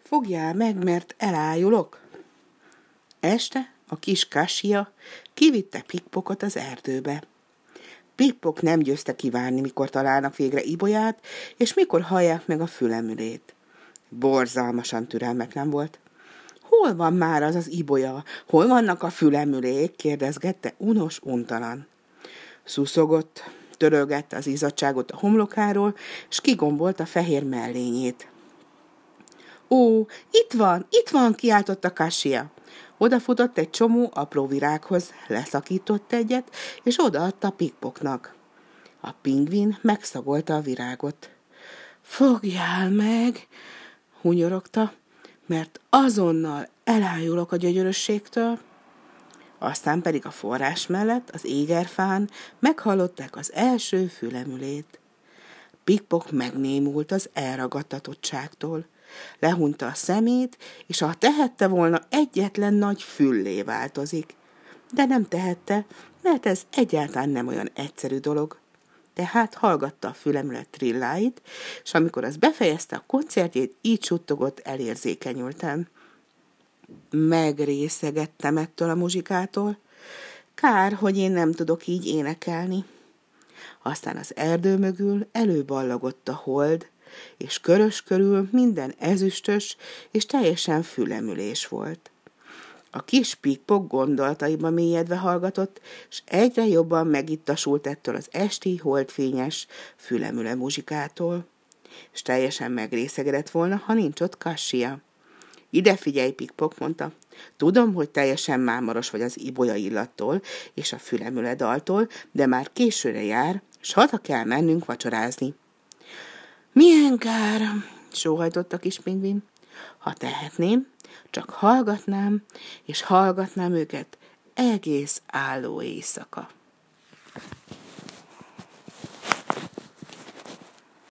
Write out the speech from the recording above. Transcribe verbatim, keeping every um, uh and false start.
Fogjál meg, mert elájulok. Este a kis Kasia kivitte Pikpokot az erdőbe. Pikpok nem győzte kivárni, mikor találnak végre Ibolyát, és mikor hallják meg a fülemülét. Borzalmasan türelmetlen volt. Hol van már az az Ibolya? Hol vannak a fülemülék? Kérdezgette unos untalan. Szuszogott, törölgette az izzadságot a homlokáról, s kigombolt a fehér mellényét. Ó, itt van, itt van, kiáltotta Kasia. Odafutott egy csomó apró virághoz, leszakított egyet, és odaadta Pikpoknak. A pingvin megszagolta a virágot. Fogjál meg, hunyorogta, mert azonnal elájulok a gyönyörösségtől. Aztán pedig a forrás mellett, az égerfán meghallották az első fülemülét. Pikpok megnémult az elragadtatottságtól. Lehunta a szemét, és ha tehette volna, egyetlen nagy füllé változik. De nem tehette, mert ez egyáltalán nem olyan egyszerű dolog. Tehát hallgatta a fülemület trilláit, és amikor az befejezte a koncertjét, így suttogott elérzékenyülten. Megrészegettem ettől a muzsikától. Kár, hogy én nem tudok így énekelni. Aztán az erdő mögül előballagott a hold, és körös körül minden ezüstös és teljesen fülemülés volt. A kis Pikpok gondolataiba mélyedve hallgatott, és egyre jobban megittasult ettől az esti holdfényes fülemüle muzsikától, és teljesen megrészegedett volna, ha nincs ott Kasia. Ide figyelj, Pikpok, mondta. Tudom, hogy teljesen mámoros vagy az ibolya illattól és a fülemüle daltól, de már későre jár, s haza kell mennünk vacsorázni. Milyen kár, sóhajtott a kis pingvin. Ha tehetném, csak hallgatnám, és hallgatnám őket egész álló éjszaka.